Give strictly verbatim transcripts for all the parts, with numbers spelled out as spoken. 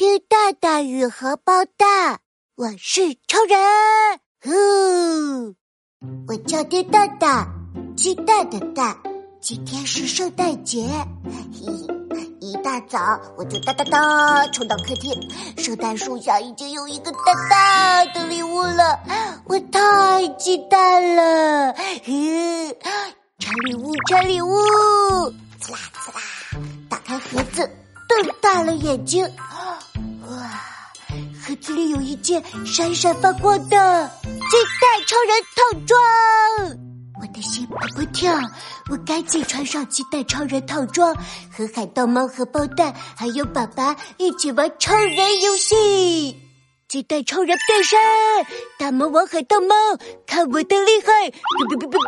滴答答与荷包蛋，我是超人。呼，我叫滴答答，鸡蛋的蛋。今天是圣诞节，嘿，一大早我就哒哒哒冲到客厅，圣诞树下已经有一个大大的礼物了，我太期待了。嘿，拆礼物，拆礼物，刺啦刺啦，打开盒子，瞪大了眼睛。哇，盒子里有一件闪闪发光的鸡蛋超人套装，我的心砰砰跳，我赶紧穿上鸡蛋超人套装，和海盗猫荷包蛋还有爸爸一起玩超人游戏。鸡蛋超人变身，大魔王海盗猫，看我的厉害！biu biu biu biu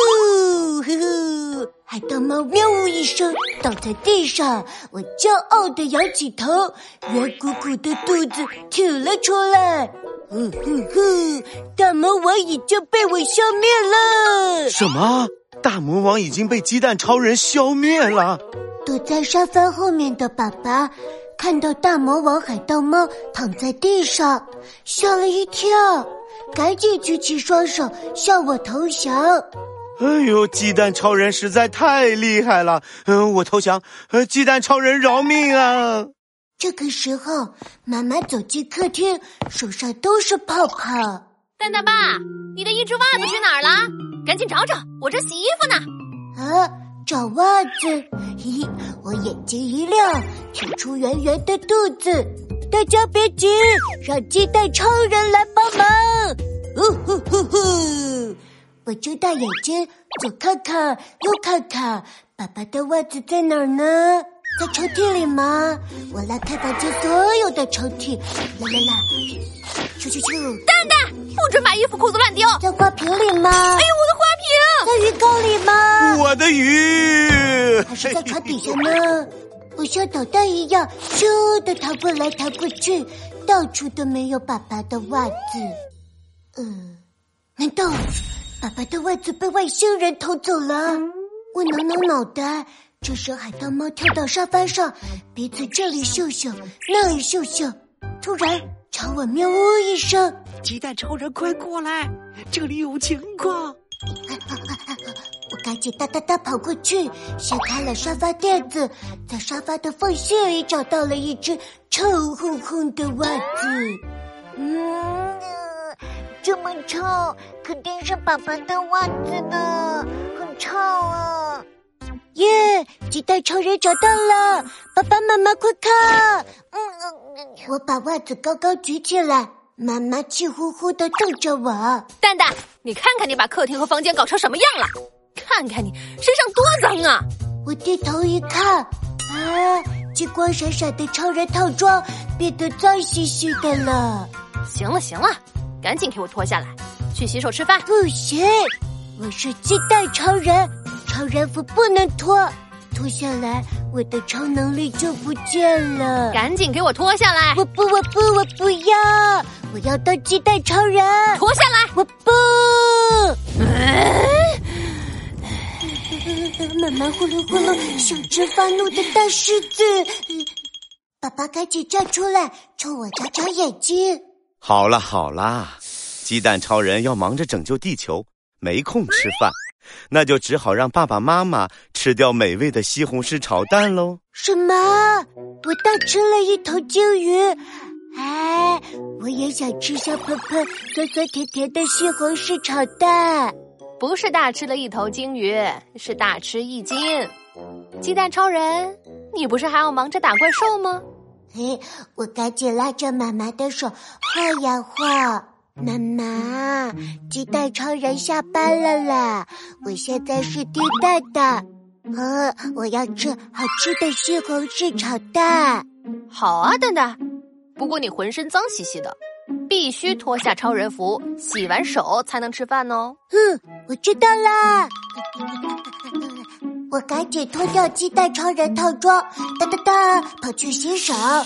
biu，呵呵，海盗猫喵呜一声倒在地上，我骄傲地仰起头，圆鼓鼓的肚子挺了出来。呼呼呼！大魔王已经被我消灭了。 什么？大魔王已经被鸡蛋超人消灭了？ 躲在沙发后面的爸爸看到大魔王海盗猫躺在地上，吓了一跳，赶紧举起双手向我投降。 哎呦，鸡蛋超人实在太厉害了！嗯、呃，我投降。呃，鸡蛋超人饶命啊！ 这个时候，妈妈走进客厅，手上都是泡泡。 蛋蛋爸，你的一只袜子去哪儿了？赶紧找找，我这洗衣服呢。 啊，找袜子！嘿，我眼睛一亮，挺出圆圆的肚子。大家别急，让鸡蛋超人来帮忙。呜呼呼呼！我睁大眼睛，左看看，右看看，爸爸的袜子在哪儿呢？在抽屉里吗？我来开房间所有的抽屉，啦啦啦，咻咻咻！ 蛋蛋，不准把衣服裤子乱丢。 在花瓶里吗？ 哎呦，我的花瓶！ 在鱼缸里吗？ 我的鱼还是在床底下呢？我像导弹一样，咻的逃过来逃过去，到处都没有爸爸的袜子。嗯，难道爸爸的袜子被外星人偷走了？我挠挠脑袋。这时海盗猫跳到沙发上，鼻子这里嗅嗅，那里嗅嗅，突然朝我喵呜一声。 鸡蛋超人快过来，这里有情况。 我赶紧哒哒哒跑过去，掀开了沙发垫子，在沙发的缝隙里找到了一只臭烘烘的袜子。嗯，这么臭，肯定是爸爸的袜子呢，很臭啊。耶！ Yeah, 鸡蛋超人找到了，爸爸妈妈快看！嗯，我把袜子高高举起来，妈妈气呼呼地瞪着我。 蛋蛋，你看看你把客厅和房间搞成什么样了？看看你身上多脏啊！ 我低头一看，啊，金光闪闪的超人套装变得脏兮兮的了。 行了行了，赶紧给我脱下来，去洗手吃饭。 不行，我是鸡蛋超人。超人服不能脱，脱下来我的超能力就不见了。 赶紧给我脱下来！ 我不，我不，我不要！我要当鸡蛋超人！ 脱下来！ 我不！ 嗯、 妈妈呼噜呼噜，像只发怒的大狮子。爸爸赶紧站出来，冲我眨眨眼睛。 好啦好啦，鸡蛋超人要忙着拯救地球，没空吃饭。那就只好让爸爸妈妈吃掉美味的西红柿炒蛋喽。 什么？我大吃了一头鲸鱼，哎，我也想吃香喷喷、酸酸甜甜的西红柿炒蛋。 不是大吃了一头鲸鱼，是大吃一惊。鸡蛋超人，你不是还要忙着打怪兽吗？ 嘿，我赶紧拉着妈妈的手晃呀晃。妈妈，鸡蛋超人下班了啦！我现在是滴蛋蛋，呃，我要吃好吃的西红柿炒蛋。 好啊，蛋蛋。不过你浑身脏兮兮的，必须脱下超人服，洗完手才能吃饭哦。 嗯，我知道啦。我赶紧脱掉鸡蛋超人套装，哒哒哒，跑去洗手。啊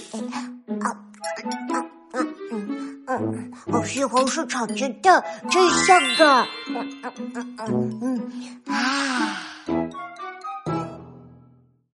嗯，哦，西红柿炒鸡蛋真香啊！嗯嗯嗯嗯啊！